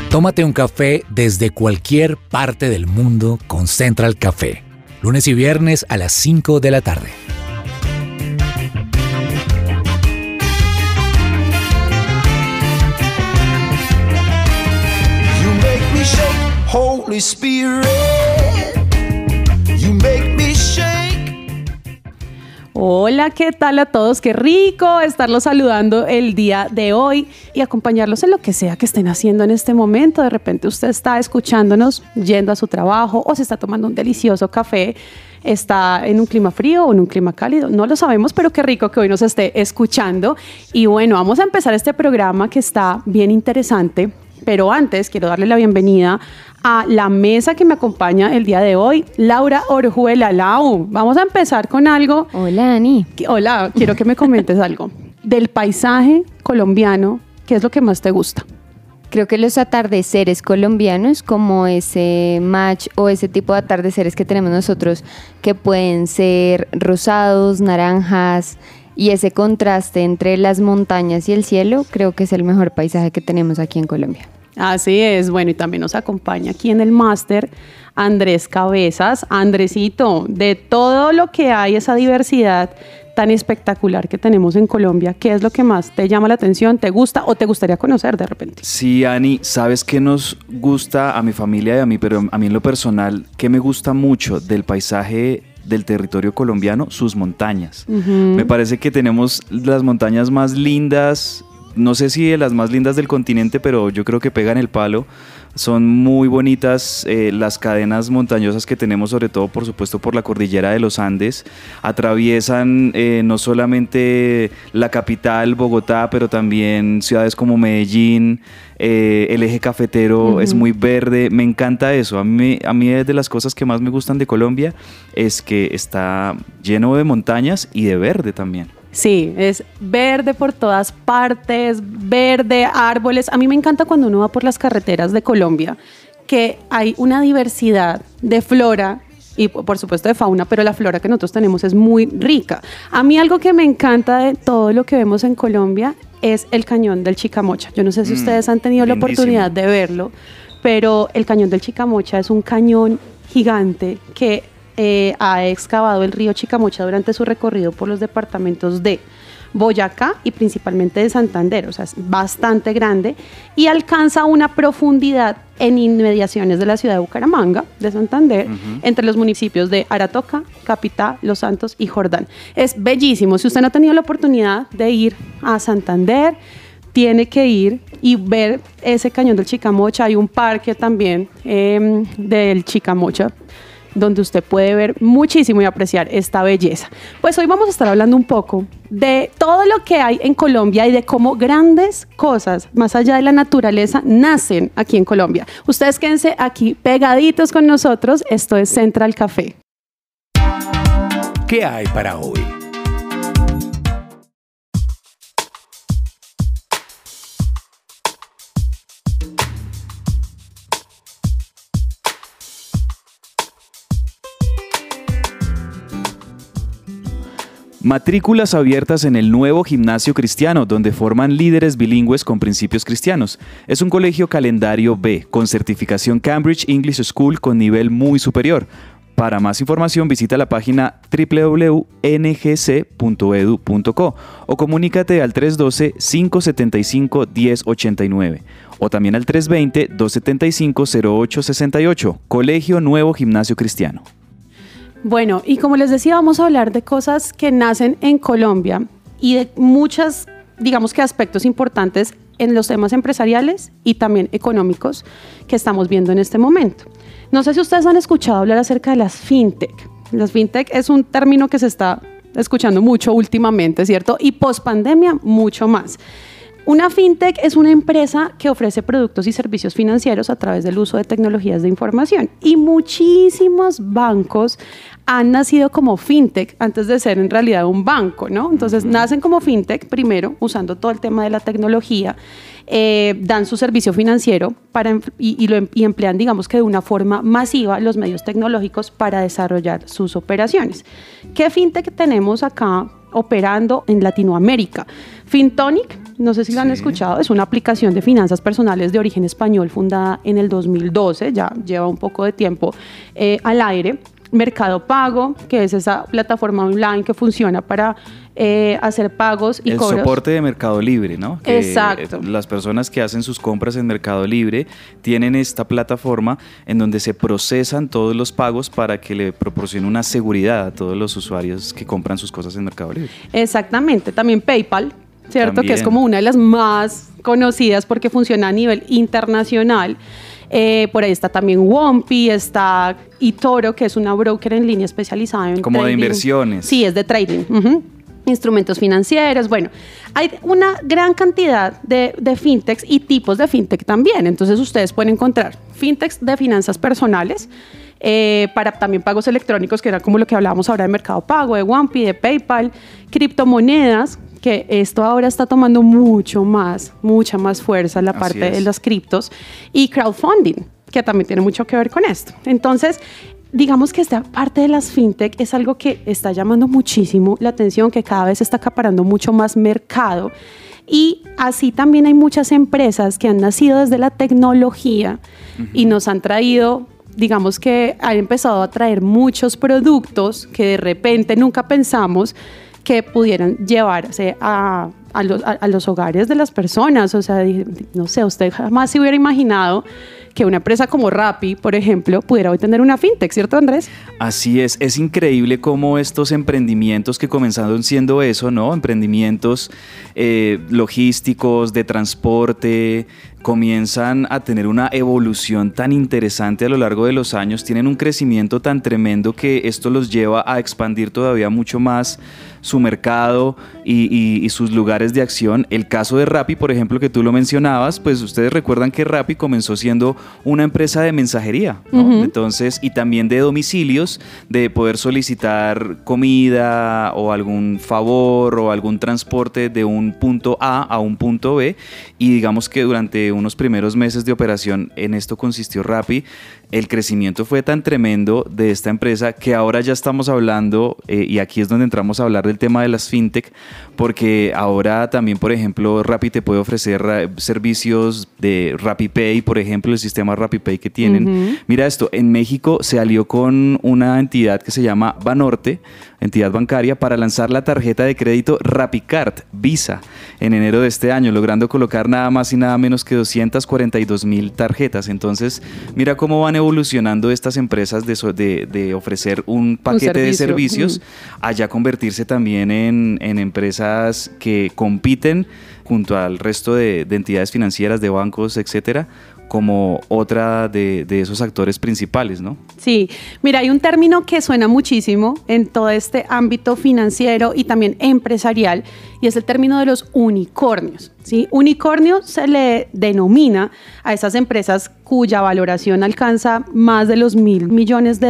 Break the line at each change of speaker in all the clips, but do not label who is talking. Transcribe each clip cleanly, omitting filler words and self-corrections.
Tómate un café desde cualquier parte del mundo con Central Café. Lunes y viernes a las 5 de la tarde.
You make me shake, Holy Spirit. You make me shake.
Hola, ¿qué tal a todos? Qué rico estarlos saludando el día de hoy y acompañarlos en lo que sea que estén haciendo en este momento. De repente usted está escuchándonos yendo a su trabajo o se está tomando un delicioso café, está en un clima frío o en un clima cálido, no lo sabemos, pero qué rico que hoy nos esté escuchando. Y bueno, vamos a empezar este programa que está bien interesante, pero antes quiero darle la bienvenida a la mesa que me acompaña el día de hoy, Laura Orjuela. Lau, vamos a empezar con algo.
Hola, Ani.
Hola, quiero que me comentes algo del paisaje colombiano. ¿Qué es lo que más te gusta?
Creo que los atardeceres colombianos, como ese match o ese tipo de atardeceres que tenemos nosotros, que pueden ser rosados, naranjas, y ese contraste entre las montañas y el cielo, creo que es el mejor paisaje que tenemos aquí en Colombia.
Así es, bueno, y también nos acompaña aquí en el máster Andrés Cabezas. Andresito, de todo lo que hay, esa diversidad tan espectacular que tenemos en Colombia, ¿qué es lo que más te llama la atención, te gusta o te gustaría conocer de repente?
Sí, Ani, ¿sabes qué nos gusta a mi familia y a mí, pero a mí en lo personal, qué me gusta mucho del paisaje del territorio colombiano? Sus montañas. Me parece que tenemos las montañas más lindas, no sé si de las más lindas del continente, pero yo creo que pegan el palo. Son muy bonitas las cadenas montañosas que tenemos, sobre todo, por supuesto, por la cordillera de los Andes. Atraviesan no solamente la capital, Bogotá, pero también ciudades como Medellín. El eje cafetero es muy verde. Me encanta eso. A mí es de las cosas que más me gustan de Colombia, es que está lleno de montañas y de verde también.
Sí, es verde por todas partes, verde, árboles. A mí me encanta cuando uno va por las carreteras de Colombia, que hay una diversidad de flora y por supuesto de fauna, pero la flora que nosotros tenemos es muy rica. A mí algo que me encanta de todo lo que vemos en Colombia es el Cañón del Chicamocha. Yo no sé si ustedes han tenido
lindísimo.
la oportunidad de verlo, pero el Cañón del Chicamocha es un cañón gigante que ha excavado el río Chicamocha durante su recorrido por los departamentos de Boyacá y principalmente de Santander, o sea, es bastante grande y alcanza una profundidad en inmediaciones de la ciudad de Bucaramanga, de Santander, entre los municipios de Aratoca, Capitá, Los Santos y Jordán. Es bellísimo. Si usted no ha tenido la oportunidad de ir a Santander, tiene que ir y ver ese Cañón del Chicamocha. Hay un parque también del Chicamocha, donde usted puede ver muchísimo y apreciar esta belleza. Pues hoy vamos a estar hablando un poco de todo lo que hay en Colombia y de cómo grandes cosas, más allá de la naturaleza, nacen aquí en Colombia. Ustedes quédense aquí pegaditos con nosotros. Esto es Central Café.
¿Qué hay para hoy?
Matrículas abiertas en el nuevo Gimnasio Cristiano, donde forman líderes bilingües con principios cristianos. Es un colegio calendario B, con certificación Cambridge English School con nivel muy superior. Para más información visita la página www.ngc.edu.co o comunícate al 312-575-1089 o también al 320-275-0868. Colegio Nuevo Gimnasio Cristiano.
Bueno, y como les decía, vamos a hablar de cosas que nacen en Colombia y de muchos, digamos que aspectos importantes en los temas empresariales y también económicos que estamos viendo en este momento. No sé si ustedes han escuchado hablar acerca de las fintech. Las fintech es un término que se está escuchando mucho últimamente, ¿cierto? Y post-pandemia, mucho más. Una fintech es una empresa que ofrece productos y servicios financieros a través del uso de tecnologías de información y muchísimos bancos han nacido como fintech antes de ser en realidad un banco, ¿no? Entonces nacen como fintech primero usando todo el tema de la tecnología, dan su servicio financiero y emplean, digamos que de una forma masiva, los medios tecnológicos para desarrollar sus operaciones. ¿Qué fintech tenemos acá operando en Latinoamérica? Fintonic no sé si lo han
Sí.
escuchado, es una aplicación de finanzas personales de origen español fundada en el 2012, ya lleva un poco de tiempo al aire. Mercado Pago, que es esa plataforma online que funciona para hacer pagos y
el
cobros.
soporte de Mercado Libre, ¿no? Que,
Exacto.
las personas que hacen sus compras en Mercado Libre tienen esta plataforma en donde se procesan todos los pagos para que le proporcione una seguridad a todos los usuarios que compran sus cosas en Mercado Libre.
Exactamente, también PayPal, ¿cierto?
También.
Que es como una de las más conocidas porque funciona a nivel internacional. Por ahí está también Wompi, está eToro, que es una broker en línea especializada en
Como de
trading.
inversiones.
Sí, es de trading. Ujú. Instrumentos financieros, bueno, hay una gran cantidad de fintechs y tipos de fintech también. Entonces ustedes pueden encontrar fintechs de finanzas personales, para también pagos electrónicos, que era como lo que hablábamos ahora de Mercado Pago, de Wompi, de PayPal, criptomonedas, que esto ahora está tomando mucha más fuerza en la
Así
parte
es.
de los criptos, y crowdfunding, que también tiene mucho que ver con esto. Entonces, digamos que esta parte de las fintech es algo que está llamando muchísimo la atención, que cada vez está acaparando mucho más mercado. Y así también hay muchas empresas que han nacido desde la tecnología y nos han traído, digamos que han empezado a traer muchos productos que de repente nunca pensamos que pudieran llevarse a los hogares de las personas. O sea, no sé, usted jamás se hubiera imaginado que una empresa como Rappi, por ejemplo, pudiera hoy tener una fintech, ¿cierto, Andrés?
Así es increíble cómo estos emprendimientos que comenzaron siendo eso, ¿no? Emprendimientos logísticos, de transporte, comienzan a tener una evolución tan interesante a lo largo de los años, tienen un crecimiento tan tremendo que esto los lleva a expandir todavía mucho más su mercado y sus lugares de acción. El caso de Rappi, por ejemplo, que tú lo mencionabas, pues ustedes recuerdan que Rappi comenzó siendo una empresa de mensajería, ¿no?
Ujú.
Entonces, y también de domicilios, de poder solicitar comida o algún favor o algún transporte de un punto A un punto B, y digamos que durante unos primeros meses de operación en esto consistió Rappi. El crecimiento fue tan tremendo de esta empresa que ahora ya estamos hablando, y aquí es donde entramos a hablar del tema de las fintech, porque ahora también, por ejemplo, Rappi te puede ofrecer servicios de RappiPay, por ejemplo, el sistema RappiPay que tienen.
Ujú.
Mira esto, en México se alió con una entidad que se llama Banorte, entidad bancaria, para lanzar la tarjeta de crédito RappiCard Visa en enero de este año, logrando colocar nada más y nada menos que 242,000 tarjetas. Entonces, mira cómo van evolucionando estas empresas de ofrecer un paquete de
servicio.
servicios a ya convertirse también en empresas que compiten junto al resto de entidades financieras, de bancos, etcétera, como otra de esos actores principales, ¿no?
Sí, mira, hay un término que suena muchísimo en todo este ámbito financiero y también empresarial, y es el término de los unicornios, ¿sí? Unicornio se le denomina a esas empresas cuya valoración alcanza más de los $1,000 millones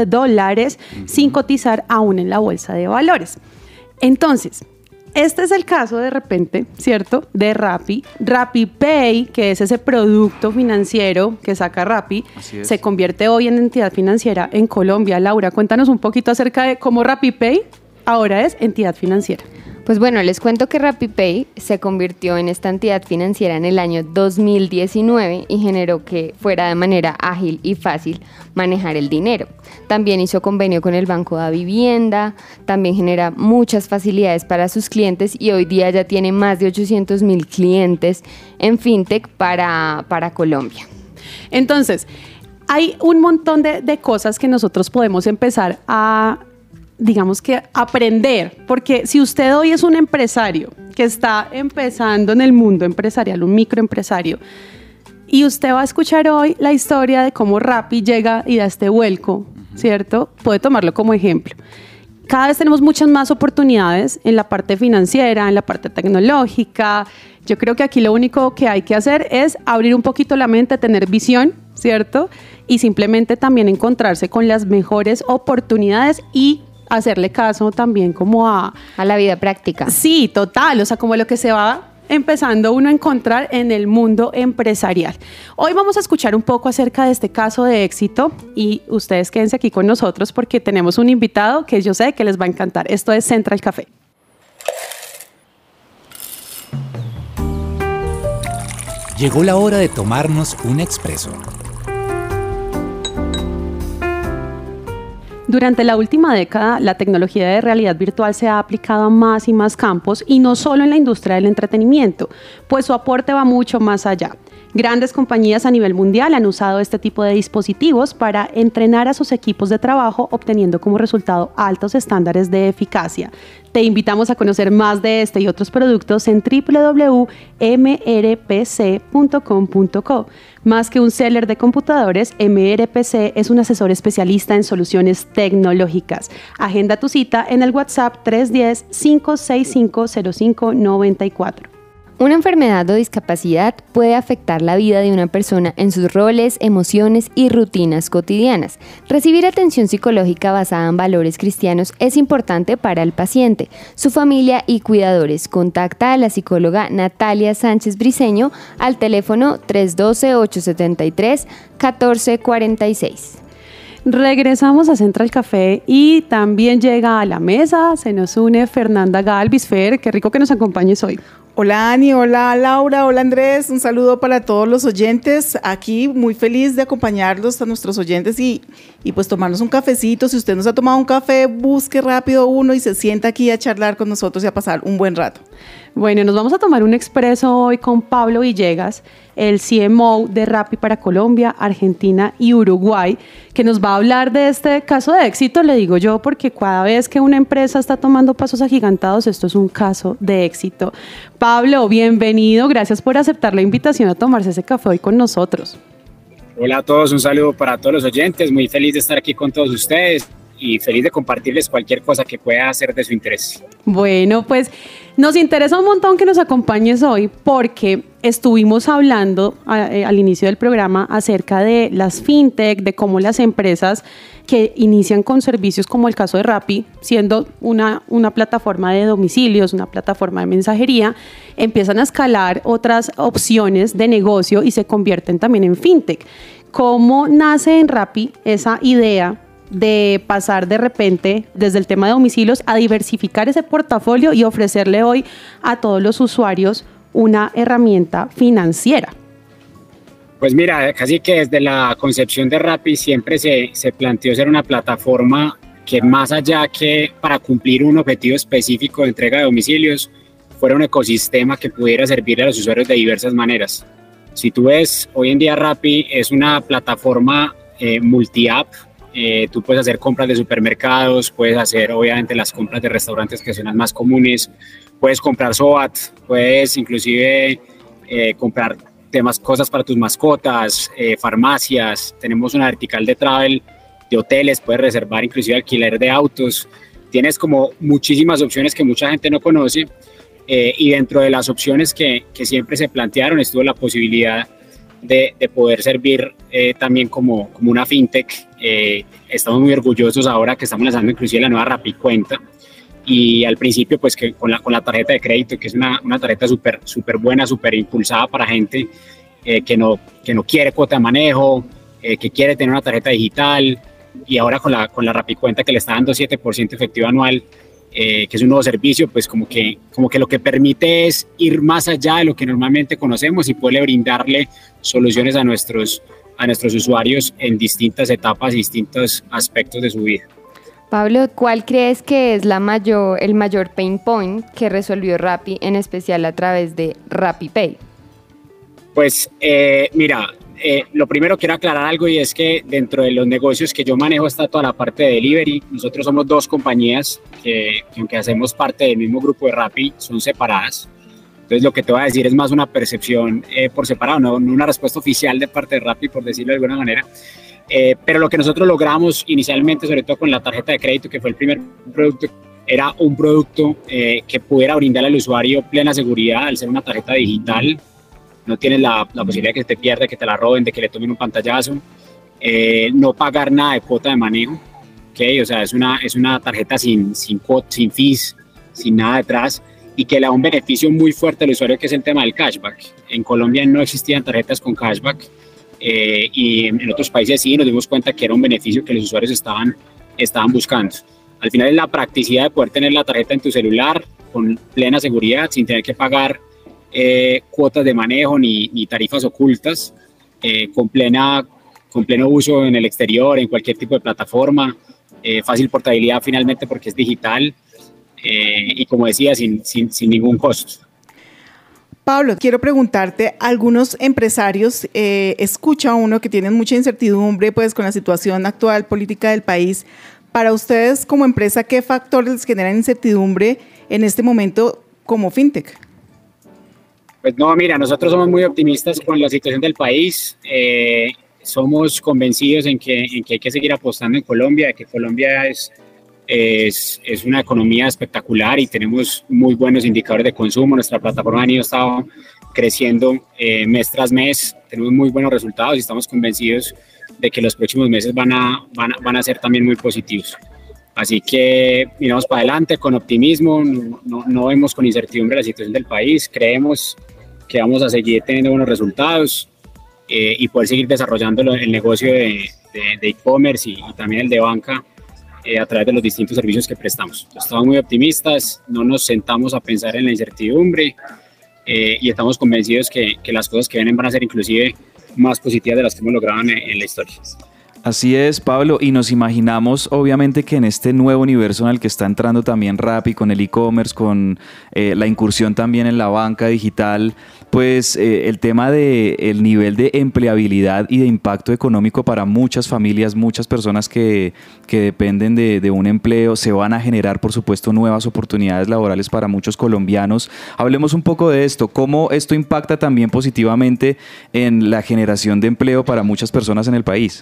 sin cotizar aún en la bolsa de valores. Entonces, este es el caso de repente, ¿cierto? De Rappi. RappiPay, que es ese producto financiero que saca Rappi,
Así es.
se convierte hoy en entidad financiera en Colombia. Laura, cuéntanos un poquito acerca de cómo RappiPay ahora es entidad financiera.
Pues bueno, les cuento que RappiPay se convirtió en esta entidad financiera en el año 2019 y generó que fuera de manera ágil y fácil manejar el dinero. También hizo convenio con el Banco da Vivienda, también genera muchas facilidades para sus clientes y hoy día ya tiene más de 800,000 clientes en fintech para Colombia.
Entonces, hay un montón de cosas que nosotros podemos empezar a, digamos que, aprender, porque si usted hoy es un empresario que está empezando en el mundo empresarial, un microempresario, y usted va a escuchar hoy la historia de cómo Rappi llega y da este vuelco, ¿cierto? Puede tomarlo como ejemplo. Cada vez tenemos muchas más oportunidades en la parte financiera, en la parte tecnológica. Yo creo que aquí lo único que hay que hacer es abrir un poquito la mente, tener visión, ¿cierto? Y simplemente también encontrarse con las mejores oportunidades y hacerle caso también como a
la vida práctica.
Sí, total, o sea, como lo que se va empezando uno a encontrar en el mundo empresarial. Hoy vamos a escuchar un poco acerca de este caso de éxito y ustedes quédense aquí con nosotros porque tenemos un invitado que yo sé que les va a encantar. Esto es Central Café.
Llegó la hora de tomarnos un expreso.
Durante la última década, la tecnología de realidad virtual se ha aplicado a más y más campos y no solo en la industria del entretenimiento, pues su aporte va mucho más allá. Grandes compañías a nivel mundial han usado este tipo de dispositivos para entrenar a sus equipos de trabajo, obteniendo como resultado altos estándares de eficacia. Te invitamos a conocer más de este y otros productos en www.mrpc.com.co. Más que un seller de computadores, MRPC es un asesor especialista en soluciones tecnológicas. Agenda tu cita en el WhatsApp 310-565-0594.
Una enfermedad o discapacidad puede afectar la vida de una persona en sus roles, emociones y rutinas cotidianas. Recibir atención psicológica basada en valores cristianos es importante para el paciente, su familia y cuidadores. Contacta a la psicóloga Natalia Sánchez Briceño al teléfono 312-873-1446.
Regresamos a Central Café y también llega a la mesa, se nos une Fernanda Galvis. Fer, qué rico que nos acompañes hoy.
Hola Ani, hola Laura, hola Andrés, un saludo para todos los oyentes. Aquí muy feliz de acompañarlos a nuestros oyentes y pues tomarnos un cafecito. Si usted nos ha tomado un café, busque rápido uno y se sienta aquí a charlar con nosotros y a pasar un buen rato.
Bueno, nos vamos a tomar un expreso hoy con Pablo Villegas, el CMO de Rappi para Colombia, Argentina y Uruguay, que nos va a hablar de este caso de éxito, le digo yo, porque cada vez que una empresa está tomando pasos agigantados, esto es un caso de éxito. Pablo, bienvenido, gracias por aceptar la invitación a tomarse ese café hoy con nosotros.
Hola a todos, un saludo para todos los oyentes, muy feliz de estar aquí con todos ustedes y feliz de compartirles cualquier cosa que pueda ser de su interés.
Bueno, pues nos interesa un montón que nos acompañes hoy porque estuvimos hablando al inicio del programa acerca de las fintech, de cómo las empresas que inician con servicios como el caso de Rappi, siendo una plataforma de domicilios, una plataforma de mensajería, empiezan a escalar otras opciones de negocio y se convierten también en fintech. ¿Cómo nace en Rappi esa idea de pasar de repente desde el tema de domicilios a diversificar ese portafolio y ofrecerle hoy a todos los usuarios una herramienta financiera?
Pues mira, casi que desde la concepción de Rappi siempre se planteó ser una plataforma que más allá que para cumplir un objetivo específico de entrega de domicilios, fuera un ecosistema que pudiera servir a los usuarios de diversas maneras. Si tú ves, hoy en día Rappi es una plataforma multi-app. Tú puedes hacer compras de supermercados, puedes hacer obviamente las compras de restaurantes que son las más comunes, puedes comprar SOAT, puedes inclusive comprar cosas para tus mascotas, farmacias, tenemos una vertical de travel, de hoteles, puedes reservar inclusive alquiler de autos, tienes como muchísimas opciones que mucha gente no conoce y dentro de las opciones que siempre se plantearon estuvo la posibilidad de poder servir también como una fintech. Estamos muy orgullosos ahora que estamos lanzando inclusive la nueva Rappi Cuenta y al principio pues que con la tarjeta de crédito, que es una tarjeta súper buena, súper impulsada para gente que no quiere cuota de manejo, que quiere tener una tarjeta digital, y ahora con la Rappi Cuenta que le está dando 7% efectivo anual, que es un nuevo servicio, pues como que lo que permite es ir más allá de lo que normalmente conocemos y poder brindarle soluciones a nuestros usuarios en distintas etapas y distintos aspectos de su vida.
Pablo, ¿cuál crees que es el mayor pain point que resolvió Rappi, en especial a través de RappiPay?
Pues mira, lo primero quiero aclarar algo, y es que dentro de los negocios que yo manejo está toda la parte de delivery. Nosotros somos dos compañías que aunque hacemos parte del mismo grupo de Rappi, son separadas. Entonces lo que te voy a decir es más una percepción por separado, no una respuesta oficial de parte de Rappi, por decirlo de alguna manera. Pero lo que nosotros logramos inicialmente, sobre todo con la tarjeta de crédito, que fue el primer producto, era un producto que pudiera brindarle al usuario plena seguridad al ser una tarjeta digital. No tienes la posibilidad de que te pierda, que te la roben, de que le tomen un pantallazo, no pagar nada de cuota de manejo, ¿okay? O sea, es una tarjeta sin fees, sin nada detrás, y que le da un beneficio muy fuerte al usuario, que es el tema del cashback. En Colombia no existían tarjetas con cashback, y en otros países sí, nos dimos cuenta que era un beneficio que los usuarios estaban buscando. Al final es la practicidad de poder tener la tarjeta en tu celular con plena seguridad, sin tener que pagar cuotas de manejo ni tarifas ocultas, con pleno uso en el exterior, en cualquier tipo de plataforma, fácil portabilidad finalmente porque es digital, y como decía, sin ningún costo.
Pablo, quiero preguntarte, algunos empresarios escucha uno que tienen mucha incertidumbre pues con la situación actual política del país. Para ustedes como empresa, ¿qué factores les generan incertidumbre en este momento como fintech?
Pues no, mira, nosotros somos muy optimistas con la situación del país. Somos convencidos en que hay que seguir apostando en Colombia, de que Colombia es una economía espectacular y tenemos muy buenos indicadores de consumo. Nuestra plataforma ha estado creciendo mes tras mes, tenemos muy buenos resultados y estamos convencidos de que los próximos meses van a ser también muy positivos. Así que miramos para adelante con optimismo, no vemos con incertidumbre la situación del país, creemos que vamos a seguir teniendo buenos resultados y poder seguir desarrollando el negocio de e-commerce y también el de banca a través de los distintos servicios que prestamos. Estamos muy optimistas, no nos sentamos a pensar en la incertidumbre y estamos convencidos que las cosas que vienen van a ser inclusive más positivas de las que hemos logrado en la historia.
Así es, Pablo, y nos imaginamos obviamente que en este nuevo universo en el que está entrando también Rappi, con el e-commerce, con la incursión también en la banca digital, pues el tema del nivel de empleabilidad y de impacto económico para muchas familias, muchas personas que dependen de un empleo, se van a generar por supuesto nuevas oportunidades laborales para muchos colombianos. Hablemos un poco de esto, cómo esto impacta también positivamente en la generación de empleo para muchas personas en el país.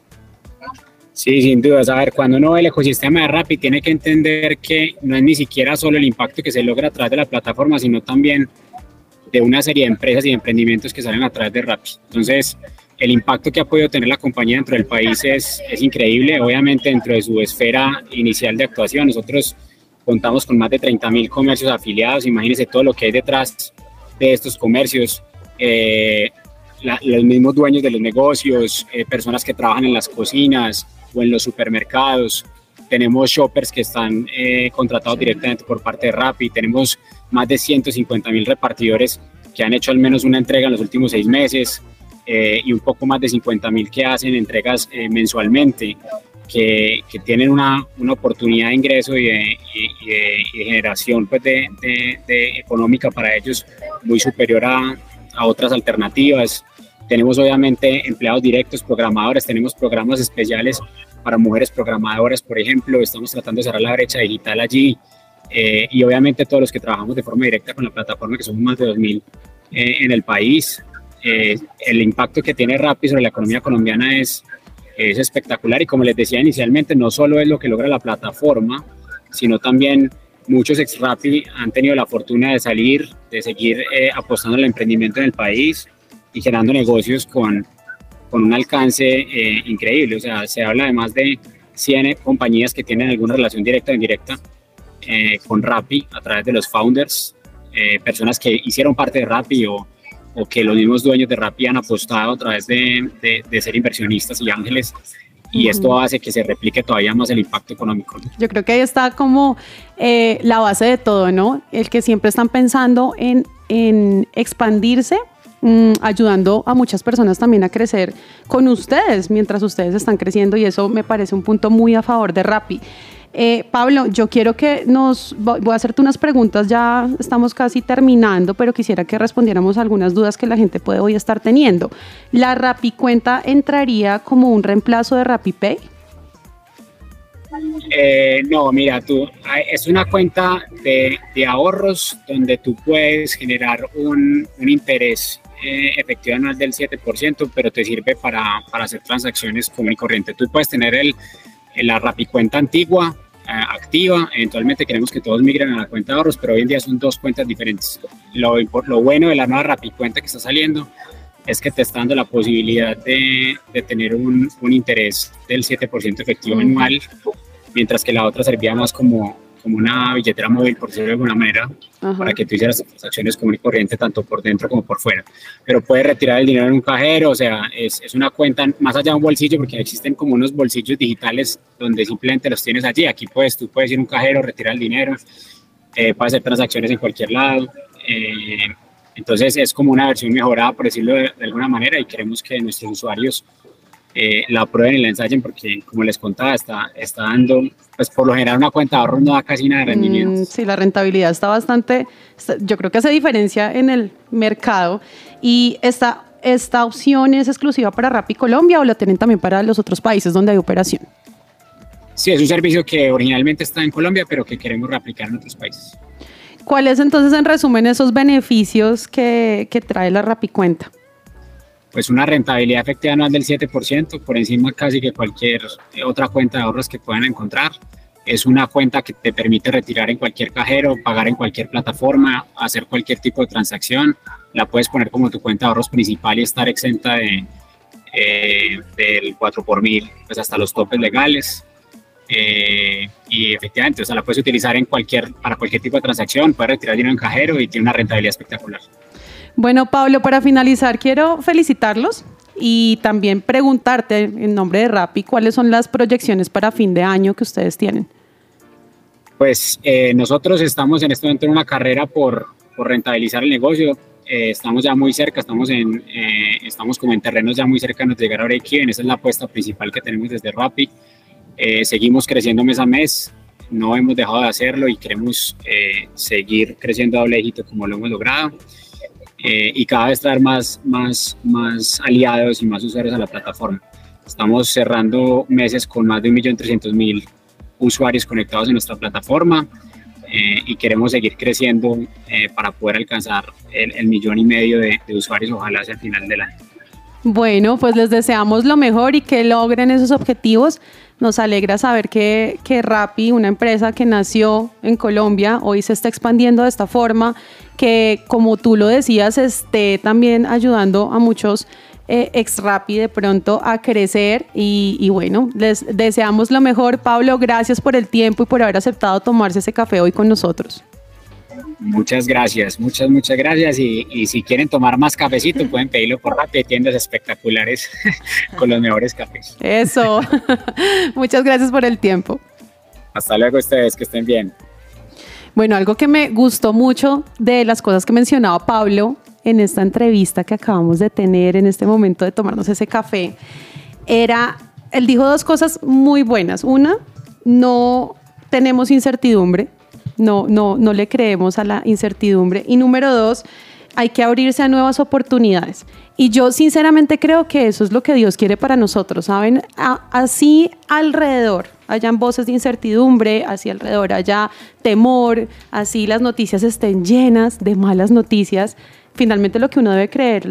Sí, sin duda. A ver, cuando uno ve el ecosistema de Rappi, tiene que entender que no es ni siquiera solo el impacto que se logra a través de la plataforma, sino también de una serie de empresas y de emprendimientos que salen a través de Rappi. Entonces, el impacto que ha podido tener la compañía dentro del país es increíble. Obviamente, dentro de su esfera inicial de actuación, nosotros contamos con más de 30.000 comercios afiliados. Imagínense todo lo que hay detrás de estos comercios. Los mismos dueños de los negocios, personas que trabajan en las cocinas o en los supermercados. Tenemos shoppers que están contratados directamente por parte de Rappi. Tenemos más de 150.000 repartidores que han hecho al menos una entrega en los últimos 6 meses y un poco más de 50.000 que hacen entregas mensualmente, que tienen una oportunidad de ingreso y de generación pues, de económica para ellos muy superior a otras alternativas. Tenemos obviamente empleados directos, programadores, tenemos programas especiales para mujeres programadoras, por ejemplo. Estamos tratando de cerrar la brecha digital allí y obviamente todos los que trabajamos de forma directa con la plataforma, que somos más de 2.000 en el país. El impacto que tiene Rappi sobre la economía colombiana es espectacular y como les decía inicialmente, no solo es lo que logra la plataforma, sino también muchos ex-Rappi han tenido la fortuna de salir, de seguir apostando al emprendimiento en el país y generando negocios con un alcance increíble. O sea, se habla de más de 100 compañías que tienen alguna relación directa o indirecta con Rappi a través de los founders, personas que hicieron parte de Rappi o que los mismos dueños de Rappi han apostado a través de ser inversionistas y ángeles. Y esto hace que se replique todavía más el impacto económico.
Yo creo que ahí está como la base de todo, ¿no? El que siempre están pensando en expandirse, ayudando a muchas personas también a crecer con ustedes mientras ustedes están creciendo, y eso me parece un punto muy a favor de Rappi. Pablo, yo quiero que voy a hacerte unas preguntas, ya estamos casi terminando, pero quisiera que respondiéramos algunas dudas que la gente puede hoy estar teniendo. ¿La Rappi Cuenta entraría como un reemplazo de RappiPay?
No, mira, es una cuenta de ahorros donde tú puedes generar un interés efectivo anual del 7%, pero te sirve para hacer transacciones común y corriente. Tú puedes tener la Rappi Cuenta antigua, activa. Eventualmente queremos que todos migren a la cuenta de ahorros, pero hoy en día son dos cuentas diferentes. Lo bueno de la nueva Rappi Cuenta que está saliendo es que te está dando la posibilidad de tener un interés del 7% efectivo anual, mientras que la otra servía más como una billetera móvil, por decirlo de alguna manera, para que tú hicieras transacciones común y corriente tanto por dentro como por fuera. Pero puedes retirar el dinero en un cajero, o sea, es una cuenta más allá de un bolsillo, porque existen como unos bolsillos digitales donde simplemente los tienes allí. Aquí tú puedes ir a un cajero, retirar el dinero, puedes hacer transacciones en cualquier lado. Entonces es como una versión mejorada, por decirlo de alguna manera, y queremos que nuestros usuarios la prueben y la ensayen porque, como les contaba, está dando, pues por lo general una cuenta de ahorros no da casi nada de rendimiento.
Sí, la rentabilidad está bastante, yo creo que hace diferencia en el mercado. ¿Y esta opción es exclusiva para Rappi Colombia o la tienen también para los otros países donde hay operación?
Sí, es un servicio que originalmente está en Colombia, pero que queremos replicar en otros países.
¿Cuáles entonces, en resumen, esos beneficios que trae la Rappi Cuenta?
Pues una rentabilidad efectiva anual del 7%, por encima casi que cualquier otra cuenta de ahorros que puedan encontrar. Es una cuenta que te permite retirar en cualquier cajero, pagar en cualquier plataforma, hacer cualquier tipo de transacción. La puedes poner como tu cuenta de ahorros principal y estar exenta del 4x1000, pues hasta los topes legales. Y efectivamente, o sea, la puedes utilizar para cualquier tipo de transacción, puedes retirar dinero en cajero y tiene una rentabilidad espectacular.
Bueno, Pablo, para finalizar, quiero felicitarlos y también preguntarte en nombre de Rappi, ¿cuáles son las proyecciones para fin de año que ustedes tienen?
Pues nosotros estamos en este momento en una carrera por rentabilizar el negocio. Estamos ya muy cerca, estamos como en terrenos ya muy cercanos de llegar a break-even. Esa es la apuesta principal que tenemos desde Rappi. Seguimos creciendo mes a mes, no hemos dejado de hacerlo y queremos seguir creciendo a doble dígito como lo hemos logrado. Y cada vez traer más aliados y más usuarios a la plataforma. Estamos cerrando meses con más de 1.300.000 usuarios conectados en nuestra plataforma y queremos seguir creciendo para poder alcanzar el 1,5 millones de usuarios, ojalá hacia el final del año.
Bueno, pues les deseamos lo mejor y que logren esos objetivos. Nos alegra saber que Rappi, una empresa que nació en Colombia, hoy se está expandiendo de esta forma, que como tú lo decías, esté también ayudando a muchos ex Rappi de pronto a crecer y bueno, les deseamos lo mejor. Pablo, gracias por el tiempo y por haber aceptado tomarse ese café hoy con nosotros.
Muchas gracias, muchas gracias y si quieren tomar más cafecito pueden pedirlo por Rappi, tiendas espectaculares con los mejores cafés.
Eso, muchas gracias por el tiempo.
Hasta luego ustedes, que estén bien.
Bueno, algo que me gustó mucho de las cosas que mencionaba Pablo en esta entrevista que acabamos de tener en este momento de tomarnos ese café, él dijo dos cosas muy buenas. Una, no tenemos incertidumbre. No le creemos a la incertidumbre. Y número dos, hay que abrirse a nuevas oportunidades. Y yo sinceramente creo que eso es lo que Dios quiere para nosotros, ¿saben? Así alrededor hayan voces de incertidumbre, así alrededor haya temor, así las noticias estén llenas de malas noticias. Finalmente lo que uno debe creer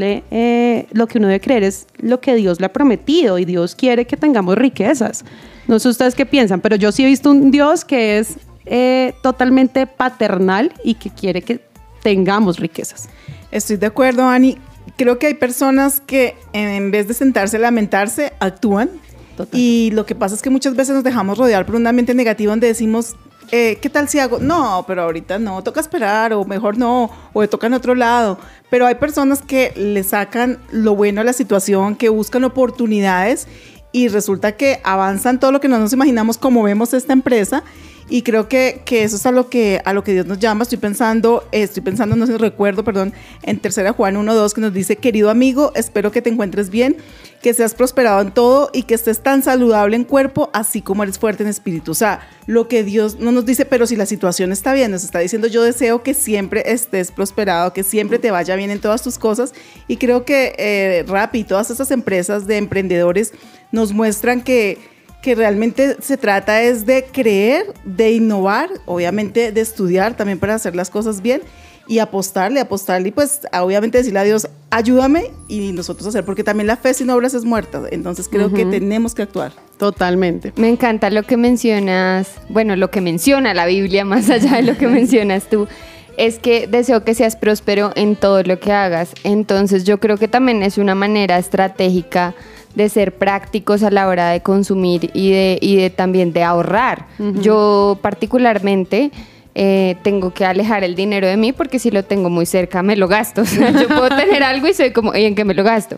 es lo que Dios le ha prometido y Dios quiere que tengamos riquezas. No sé ustedes qué piensan, pero yo sí he visto un Dios que es totalmente paternal y que quiere que tengamos riquezas.
Estoy de acuerdo, Ani. Creo que hay personas que en vez de sentarse a lamentarse, actúan.
Total.
Y lo que pasa es que muchas veces nos dejamos rodear por un ambiente negativo donde decimos, ¿qué tal si hago? No, pero ahorita no, toca esperar, o mejor no, o me toca en otro lado. Pero hay personas que le sacan lo bueno a la situación, que buscan oportunidades y resulta que avanzan todo lo que no nos imaginamos, como vemos esta empresa. Y creo que eso es a lo que Dios nos llama. Estoy pensando, no sé, recuerdo, en 3 Juan 1:2 que nos dice: querido amigo, espero que te encuentres bien, que seas prosperado en todo y que estés tan saludable en cuerpo, así como eres fuerte en espíritu. O sea, lo que Dios no nos dice, pero si la situación está bien, nos está diciendo: yo deseo que siempre estés prosperado, que siempre te vaya bien en todas tus cosas. Y creo que Rappi y todas esas empresas de emprendedores nos muestran que realmente se trata es de creer, de innovar, obviamente de estudiar también para hacer las cosas bien y apostarle y pues obviamente decirle a Dios, ayúdame, y nosotros hacer, porque también la fe sin obras es muerta. Entonces creo que tenemos que actuar.
Totalmente.
Me encanta lo que mencionas, bueno, lo que menciona la Biblia, más allá de lo que mencionas tú, es que deseo que seas próspero en todo lo que hagas. Entonces yo creo que también es una manera estratégica de ser prácticos a la hora de consumir y de también de ahorrar. Yo particularmente tengo que alejar el dinero de mí porque si lo tengo muy cerca me lo gasto. O sea, yo puedo tener algo y soy como, ¿y en qué me lo gasto?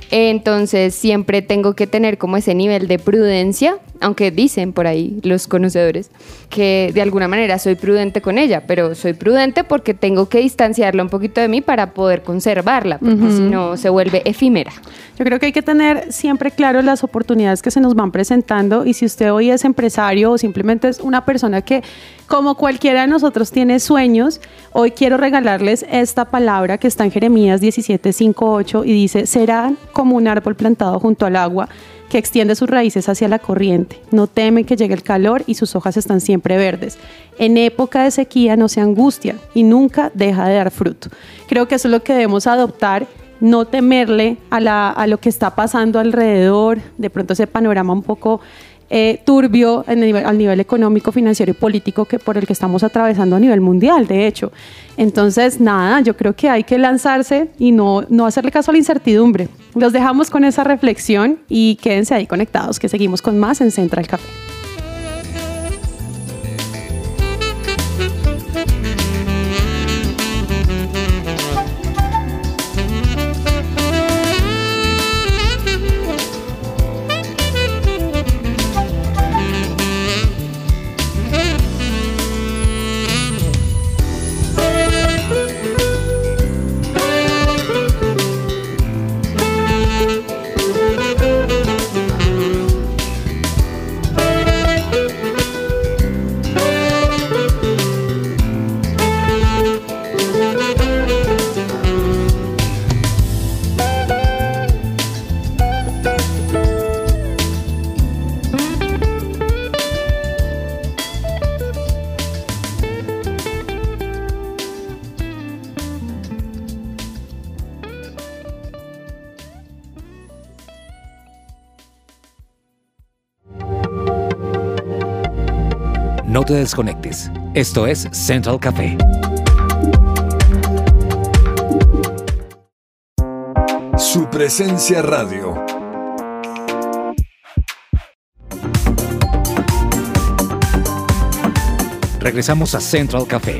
Entonces siempre tengo que tener como ese nivel de prudencia, aunque dicen por ahí los conocedores que de alguna manera soy prudente con ella, pero soy prudente porque tengo que distanciarla un poquito de mí para poder conservarla, porque si no se vuelve efímera.
Yo creo que hay que tener siempre claro las oportunidades que se nos van presentando, y si usted hoy es empresario o simplemente es una persona que, como cualquiera de nosotros, tiene sueños, hoy quiero regalarles esta palabra que está en Jeremías 17:5-8 y dice: serán como un árbol plantado junto al agua que extiende sus raíces hacia la corriente. No teme que llegue el calor y sus hojas están siempre verdes. En época de sequía no se angustia y nunca deja de dar fruto. Creo que eso es lo que debemos adoptar, no temerle a lo que está pasando alrededor, de pronto ese panorama un poco turbio al nivel económico, financiero y político por el que estamos atravesando a nivel mundial, de hecho. Entonces, nada, yo creo que hay que lanzarse y no hacerle caso a la incertidumbre. Los dejamos con esa reflexión y quédense ahí conectados, que seguimos con más en Central Café.
No te desconectes. Esto es Central Café.
Su presencia radio.
Regresamos a Central Café.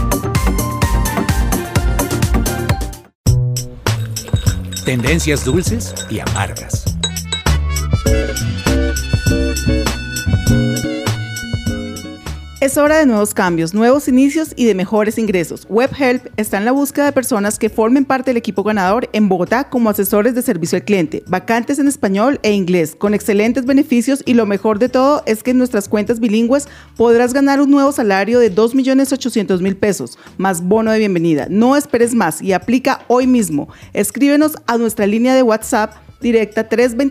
Tendencias dulces y amargas.
Es hora de nuevos cambios, nuevos inicios y de mejores ingresos. WebHelp está en la búsqueda de personas que formen parte del equipo ganador en Bogotá como asesores de servicio al cliente, vacantes en español e inglés, con excelentes beneficios, y lo mejor de todo es que en nuestras cuentas bilingües podrás ganar un nuevo salario de 2.800.000 pesos, más bono de bienvenida. No esperes más y aplica hoy mismo. Escríbenos a nuestra línea de WhatsApp directa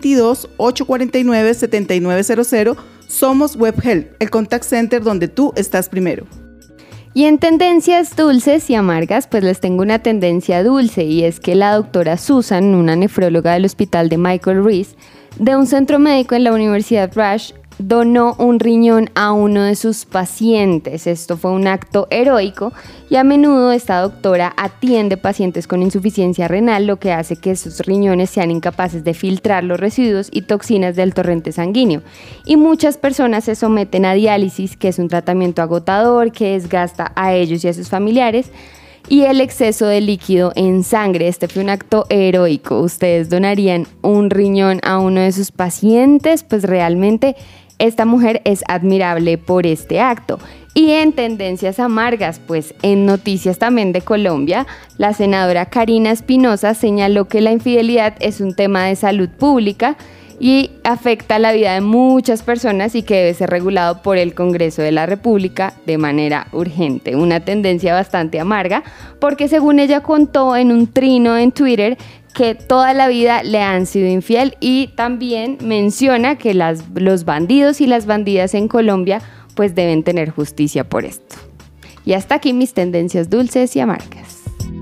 322-849-7900. Somos WebHelp, el contact center donde tú estás primero.
Y en tendencias dulces y amargas, pues les tengo una tendencia dulce, y es que la doctora Susan, una nefróloga del hospital de Michael Reese, de un centro médico en la Universidad Rush, donó un riñón a uno de sus pacientes. Esto fue un acto heroico, y a menudo esta doctora atiende pacientes con insuficiencia renal, lo que hace que esos riñones sean incapaces de filtrar los residuos y toxinas del torrente sanguíneo. Y muchas personas se someten a diálisis, que es un tratamiento agotador que desgasta a ellos y a sus familiares, y el exceso de líquido en sangre. Este fue un acto heroico. ¿Ustedes donarían un riñón a uno de sus pacientes? Pues realmente esta mujer es admirable por este acto. Y en tendencias amargas, pues en noticias también de Colombia, la senadora Karina Espinosa señaló que la infidelidad es un tema de salud pública y afecta la vida de muchas personas, y que debe ser regulado por el Congreso de la República de manera urgente. Una tendencia bastante amarga, porque según ella contó en un trino en Twitter que toda la vida le han sido infiel, y también menciona que los bandidos y las bandidas en Colombia pues deben tener justicia por esto. Y hasta aquí mis tendencias dulces y amargas.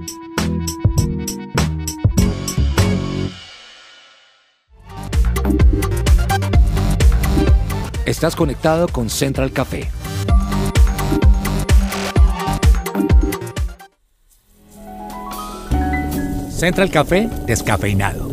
Estás conectado con Central Café. Central Café descafeinado.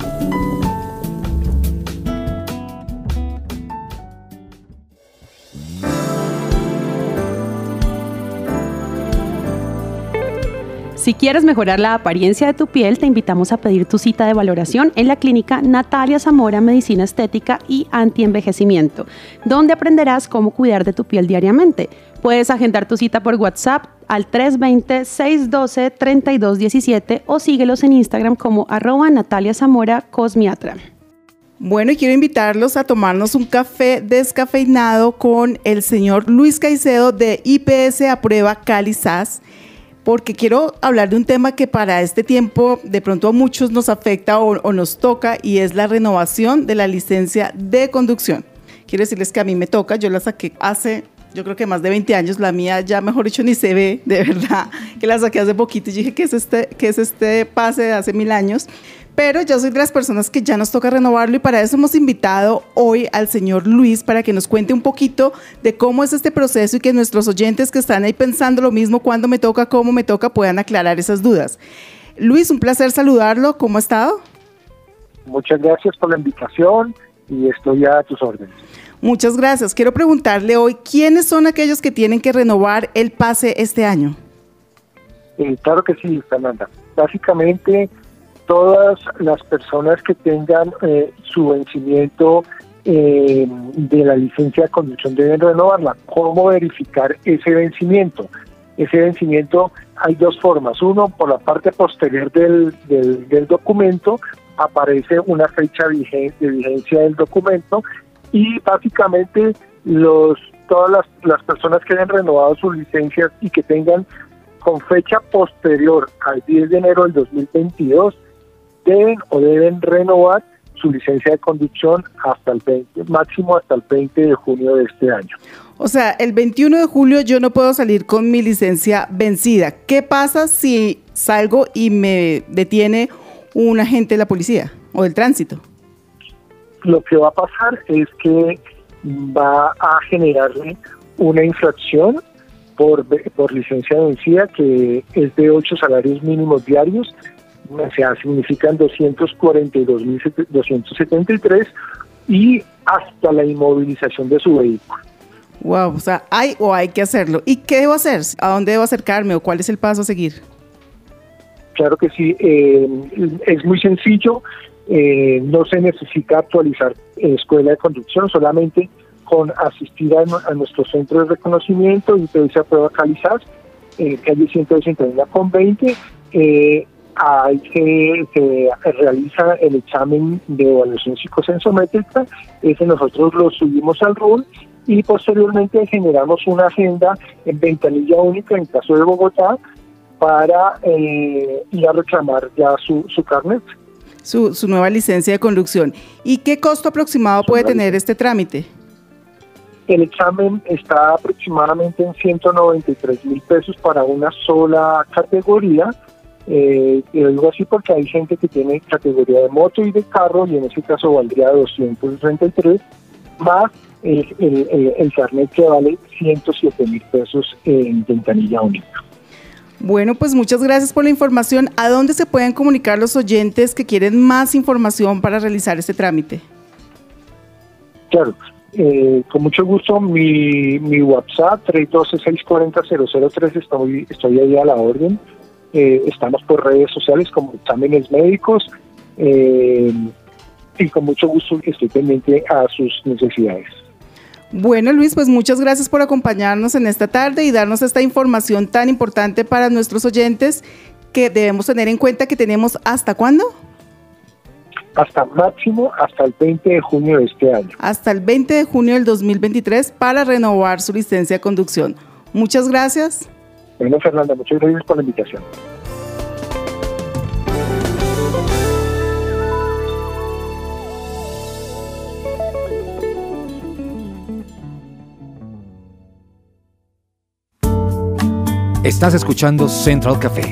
Si quieres mejorar la apariencia de tu piel, te invitamos a pedir tu cita de valoración en la clínica Natalia Zamora Medicina Estética y Antienvejecimiento, donde aprenderás cómo cuidar de tu piel diariamente. Puedes agendar tu cita por WhatsApp al 320-612-3217 o síguelos en Instagram como @NataliaZamoraCosmiatra.
Bueno, y quiero invitarlos a tomarnos un café descafeinado con el señor Luis Caicedo de IPS Aprueba Cali SAS, porque quiero hablar de un tema que para este tiempo de pronto a muchos nos afecta o nos toca, y es la renovación de la licencia de conducción. Quiero decirles que a mí me toca, yo la saqué hace, yo creo que más de 20 años, la mía ya mejor dicho ni se ve, de verdad, que la saqué hace poquito y dije que es este pase de hace 1000 años. Pero yo soy de las personas que ya nos toca renovarlo, y para eso hemos invitado hoy al señor Luis para que nos cuente un poquito de cómo es este proceso y que nuestros oyentes que están ahí pensando lo mismo, cuándo me toca, cómo me toca, puedan aclarar esas dudas. Luis, un placer saludarlo. ¿Cómo ha estado?
Muchas gracias por la invitación y estoy a tus órdenes.
Muchas gracias. Quiero preguntarle hoy, ¿quiénes son aquellos que tienen que renovar el pase este año?
Claro que sí, Fernanda. Básicamente, todas las personas que tengan su vencimiento de la licencia de conducción deben renovarla. ¿Cómo verificar ese vencimiento? Ese vencimiento hay dos formas. Uno, por la parte posterior del documento aparece una fecha de vigencia del documento, y básicamente todas las personas que hayan renovado sus licencias y que tengan con fecha posterior al 10 de enero del 2022 deben renovar su licencia de conducción máximo hasta el 20 de junio de este año.
O sea, el 21 de julio yo no puedo salir con mi licencia vencida. ¿Qué pasa si salgo y me detiene un agente de la policía o del tránsito?
Lo que va a pasar es que va a generarle una infracción por licencia vencida, que es de 8 salarios mínimos diarios. O sea, significan 242.273, y hasta la inmovilización de su vehículo.
Wow, o sea, hay que hacerlo. ¿Y qué debo hacer? ¿A dónde debo acercarme o cuál es el paso a seguir?
Claro que sí, es muy sencillo, no se necesita actualizar escuela de conducción, solamente con asistir a nuestro centro de reconocimiento y IPS Aprueba Cali SAS, calle 161 con 20, ahí se realiza el examen de evaluación psicosensométrica. Ese nosotros lo subimos al RUN, y posteriormente generamos una agenda en ventanilla única en caso de Bogotá para ir a reclamar ya su carnet.
Su nueva licencia de conducción. ¿Y qué costo aproximado puede tener este trámite?
El examen está aproximadamente en 193.000 pesos para una sola categoría. Lo digo así porque hay gente que tiene categoría de moto y de carro, y en ese caso valdría 233, más el carnet, que vale 107.000 pesos en ventanilla única.
Bueno, pues muchas gracias por la información. ¿A dónde se pueden comunicar los oyentes que quieren más información para realizar este trámite?
Claro, con mucho gusto, mi WhatsApp 312-640-003, estoy ahí a la orden. Estamos por redes sociales como Exámenes Médicos, y con mucho gusto estoy pendiente a sus necesidades.
Bueno, Luis, pues muchas gracias por acompañarnos en esta tarde y darnos esta información tan importante para nuestros oyentes, que debemos tener en cuenta que tenemos ¿hasta cuándo?
Hasta el 20 de junio de este año.
Hasta el 20 de junio del 2023 para renovar su licencia de conducción. Muchas gracias.
Bueno, Fernanda, muchas gracias por la invitación.
Estás escuchando Central Café.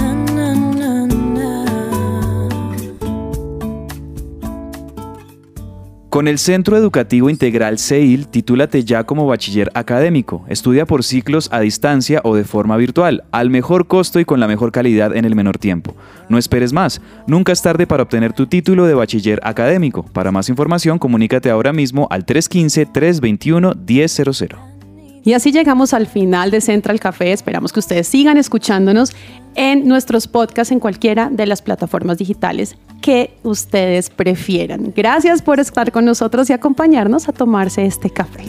Con el Centro Educativo Integral CEIL, titúlate ya como bachiller académico. Estudia por ciclos a distancia o de forma virtual, al mejor costo y con la mejor calidad en el menor tiempo. No esperes más. Nunca es tarde para obtener tu título de bachiller académico. Para más información, comunícate ahora mismo al 315-321-1000.
Y así llegamos al final de Central Café. Esperamos que ustedes sigan escuchándonos en nuestros podcasts en cualquiera de las plataformas digitales que ustedes prefieran. Gracias por estar con nosotros y acompañarnos a tomarse este café.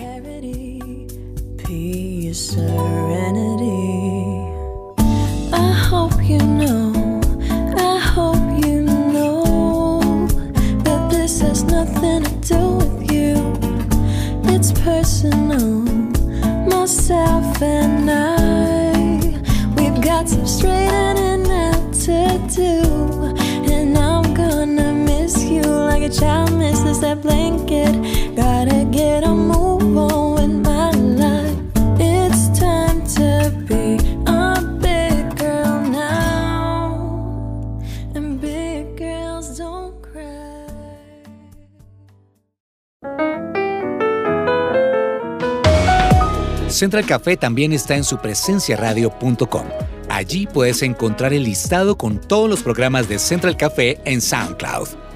Myself and I, we've got some straightening out to do, and I'm gonna miss you like a child misses that blanket. Gotta get a move on with my life. It's time to be a big girl now, and big girls don't cry.
Central Café también está en supresenciaradio.com. Allí puedes encontrar el listado con todos los programas de Central Café en SoundCloud.